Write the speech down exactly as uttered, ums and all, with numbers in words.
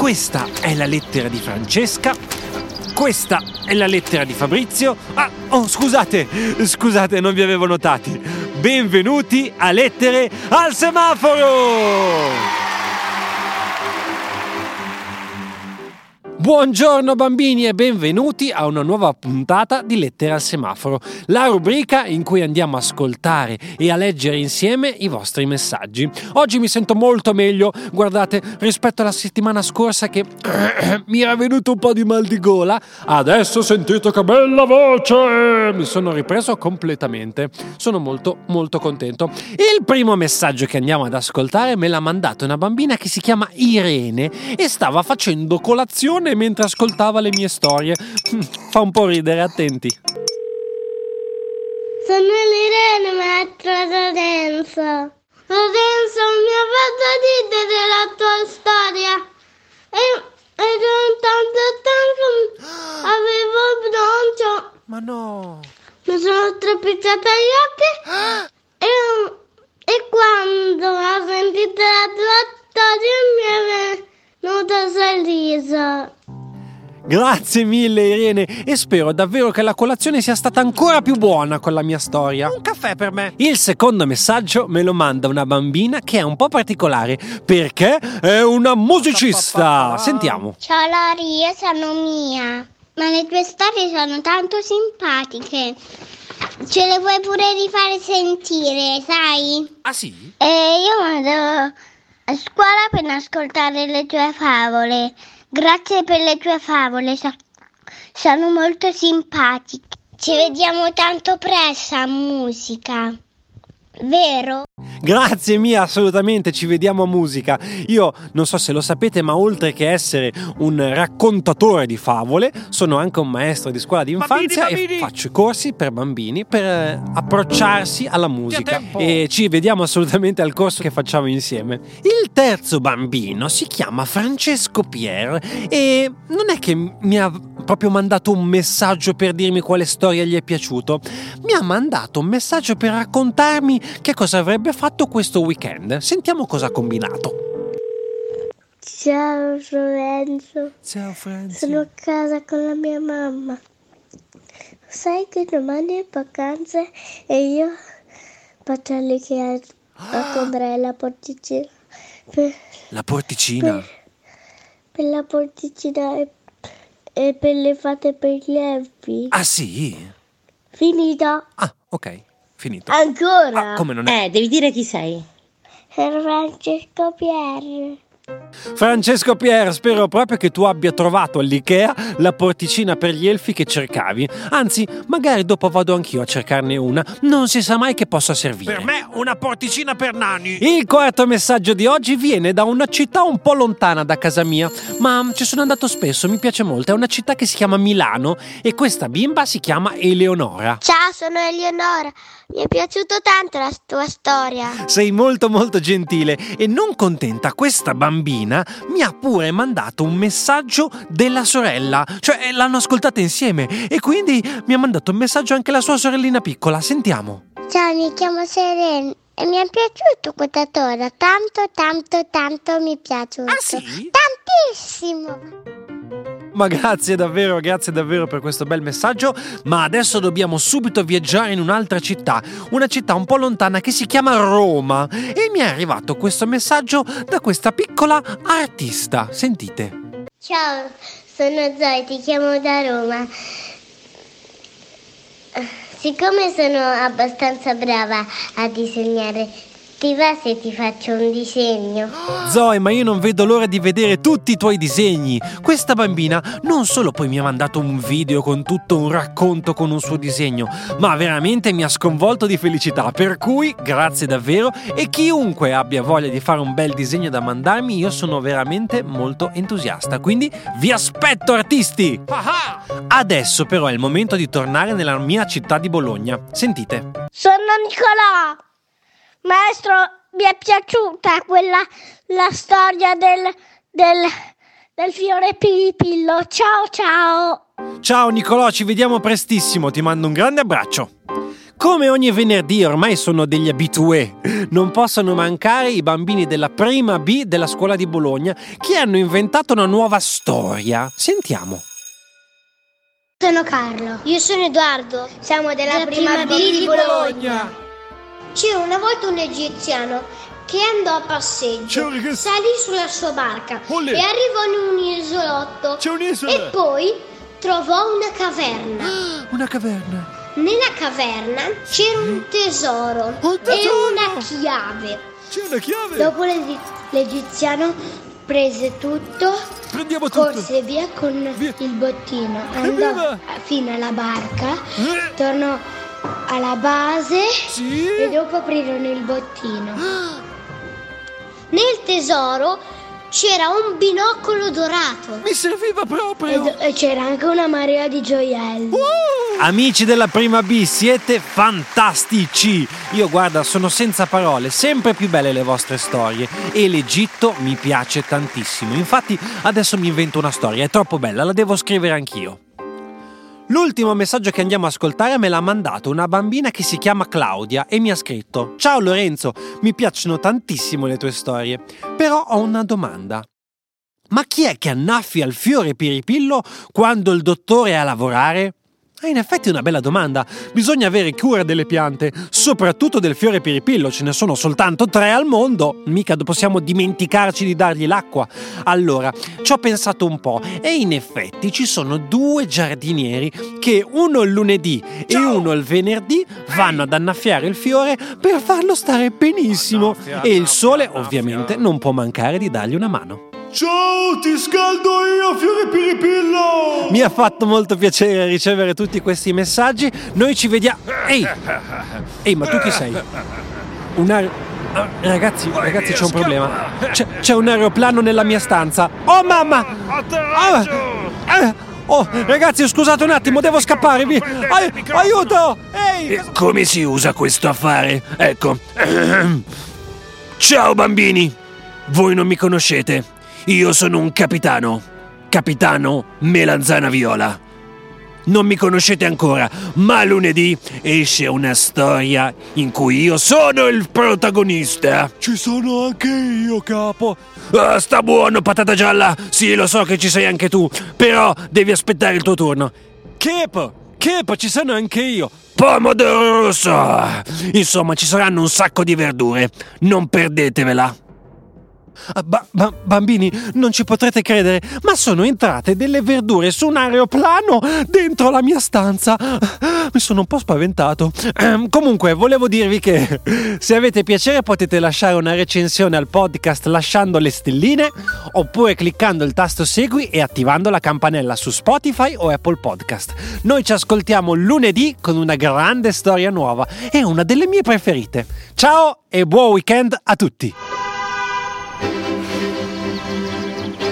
questa è la lettera di Francesca, questa è la lettera di Fabrizio. Ah, oh, scusate, scusate, non vi avevo notati. Benvenuti a Lettere al Semaforo! Buongiorno bambini e benvenuti a una nuova puntata di Lettere al Semaforo, la rubrica in cui andiamo a ascoltare e a leggere insieme i vostri messaggi. Oggi mi sento molto meglio, guardate, rispetto alla settimana scorsa che mi era venuto un po' di mal di gola. Adesso sentite che bella voce! Mi sono ripreso completamente, sono molto molto contento. Il primo messaggio che andiamo ad ascoltare me l'ha mandato una bambina che si chiama Irene e stava facendo colazione mentre ascoltava le mie storie. Fa un po' ridere, attenti. Sono l'Irene, maestro Lorenzo. Lorenzo mi ha fatto ridere la tua storia. E, e tanto tempo avevo broncio. Ma no. Mi sono stropicciata gli occhi. e, e quando ho sentito la tua storia mi è venuto il sorriso. Grazie mille Irene e spero davvero che la colazione sia stata ancora più buona con la mia storia. Un caffè per me. Il secondo messaggio me lo manda una bambina che è un po' particolare perché è una musicista. Sentiamo. Ciao Lori, io sono Mia, ma le tue storie sono tanto simpatiche. Ce le vuoi pure rifare sentire, sai? Ah sì? E io vado a scuola per ascoltare le tue favole. Grazie per le tue favole, sono molto simpatiche. Ci vediamo tanto presto a musica, vero? Grazie Mia, assolutamente, ci vediamo a musica. Io non so se lo sapete, ma oltre che essere un raccontatore di favole, sono anche un maestro di scuola di infanzia bambini, bambini. E faccio corsi per bambini per eh, approcciarsi alla musica. E ci vediamo assolutamente al corso che facciamo insieme. Il terzo bambino si chiama Francesco Pier e non è che mi ha proprio mandato un messaggio per dirmi quale storia gli è piaciuto. Mi ha mandato un messaggio per raccontarmi che cosa avrebbe fatto questo weekend. Sentiamo cosa ha combinato. Ciao Lorenzo. Ciao Franzi. Sono a casa con la mia mamma. Sai che domani è vacanze e io faccio all'Ikea a comprare la porticina. Per, la porticina? Per, per la porticina e, e per le fate per gli elfi. Ah sì? Finito. Ah, ok. Finito. Ancora? Ah, come non è? Eh, devi dire chi sei. Francesco Pier. Francesco Pier, spero proprio che tu abbia trovato all'Ikea la porticina per gli elfi che cercavi. Anzi, magari dopo vado anch'io a cercarne una. Non si sa mai che possa servire. Per me una porticina per nani. Il quarto messaggio di oggi viene da una città un po' lontana da casa mia, ma ci sono andato spesso, mi piace molto. È una città che si chiama Milano e questa bimba si chiama Eleonora. Ciao, sono Eleonora. Mi è piaciuto tanto la tua storia. Sei molto molto gentile e non contenta questa bambina mi ha pure mandato un messaggio della sorella, cioè l'hanno ascoltata insieme e quindi mi ha mandato un messaggio anche la sua sorellina piccola. Sentiamo. Ciao, mi chiamo Serena e mi è piaciuto questa storia, tanto tanto tanto mi è piaciuto. Ah sì? Tantissimo. Ma grazie davvero, grazie davvero per questo bel messaggio. Ma adesso dobbiamo subito viaggiare in un'altra città, una città un po' lontana che si chiama Roma. E mi è arrivato questo messaggio da questa piccola artista. Sentite. Ciao, sono Zoe, ti chiamo da Roma. Siccome sono abbastanza brava a disegnare, ti va se ti faccio un disegno? Zoe, ma io non vedo l'ora di vedere tutti i tuoi disegni. Questa bambina non solo poi mi ha mandato un video con tutto un racconto con un suo disegno, ma veramente mi ha sconvolto di felicità. Per cui grazie davvero, e chiunque abbia voglia di fare un bel disegno da mandarmi, io sono veramente molto entusiasta. Quindi vi aspetto, artisti! Adesso però è il momento di tornare nella mia città di Bologna. Sentite. Sono Nicolò. Maestro, mi è piaciuta quella, la storia del, del, del fiore Pilipillo. Ciao ciao. Ciao Nicolò, ci vediamo prestissimo, ti mando un grande abbraccio. Come ogni venerdì ormai sono degli abitué. Non possono mancare i bambini della prima B della scuola di Bologna che hanno inventato una nuova storia. Sentiamo. Sono Carlo. Io sono Edoardo. Siamo della, della prima, prima B B di Bologna. C'era una volta un egiziano che andò a passeggio, salì sulla sua barca Olè. e arrivò in un isolotto. C'è un'isola. E poi trovò una caverna. Una caverna. Nella caverna c'era un tesoro, Un tesoro! e una chiave. C'è una chiave. Dopo l'egi- l'egiziano prese tutto, Prendiamo tutto. corse via con Via. il bottino, Evviva! andò fino alla barca, Eh, tornò alla base Sì. e dopo aprirono il bottino. Nel tesoro c'era un binocolo dorato Mi serviva proprio. e, e c'era anche una marea di gioielli. Amici della prima B, siete fantastici! Io guarda, sono senza parole, sempre più belle le vostre storie e l'Egitto mi piace tantissimo. Infatti adesso mi invento una storia, è troppo bella, la devo scrivere anch'io. L'ultimo messaggio che andiamo a ascoltare me l'ha mandato una bambina che si chiama Claudia e mi ha scritto: Ciao Lorenzo, mi piacciono tantissimo le tue storie, però ho una domanda. Ma chi è che annaffia il fiore piripillo quando il dottore è a lavorare? Ah, in effetti è una bella domanda. Bisogna avere cura delle piante, soprattutto del fiore piripillo. Ce ne sono soltanto tre al mondo. Mica possiamo dimenticarci di dargli l'acqua. Allora, ci ho pensato un po' e in effetti ci sono due giardinieri che uno il lunedì e uno il venerdì vanno ad annaffiare il fiore per farlo stare benissimo. Annaffia, E il annaffia, sole annaffia. ovviamente non può mancare di dargli una mano. Ciao, ti scaldo io, fiore piripillo. Mi ha fatto molto piacere ricevere tutti questi messaggi. Noi ci vediamo. Ehi! Ehi, ma tu chi sei? Un aer... ah, Ragazzi, ragazzi, c'è un problema. C'è, c'è un aeroplano nella mia stanza. Oh mamma! Atterraggio. Ah, eh, oh, ragazzi, scusate un attimo, devo scappare. Vi... Ai- aiuto! Ehi! Come si usa questo affare? Ecco. Ciao bambini. Voi non mi conoscete. Io sono un capitano. Capitano Melanzana Viola. Non mi conoscete ancora, ma lunedì esce una storia in cui io sono il protagonista. Ci sono anche io, capo. Ah, sta buono, patata gialla. Sì, lo so che ci sei anche tu, però devi aspettare il tuo turno. Capo! Capo, ci sono anche io. Pomodoro rosso. Insomma, ci saranno un sacco di verdure. Non perdetevela. Ah, ba- ba- bambini, non ci potrete credere, ma sono entrate delle verdure su un aeroplano dentro la mia stanza. Mi sono un po' spaventato. Ehm, comunque, volevo dirvi che se avete piacere potete lasciare una recensione al podcast lasciando le stelline oppure cliccando il tasto segui e attivando la campanella su Spotify o Apple Podcast. Noi ci ascoltiamo lunedì con una grande storia nuova e una delle mie preferite. Ciao e buon weekend a tutti!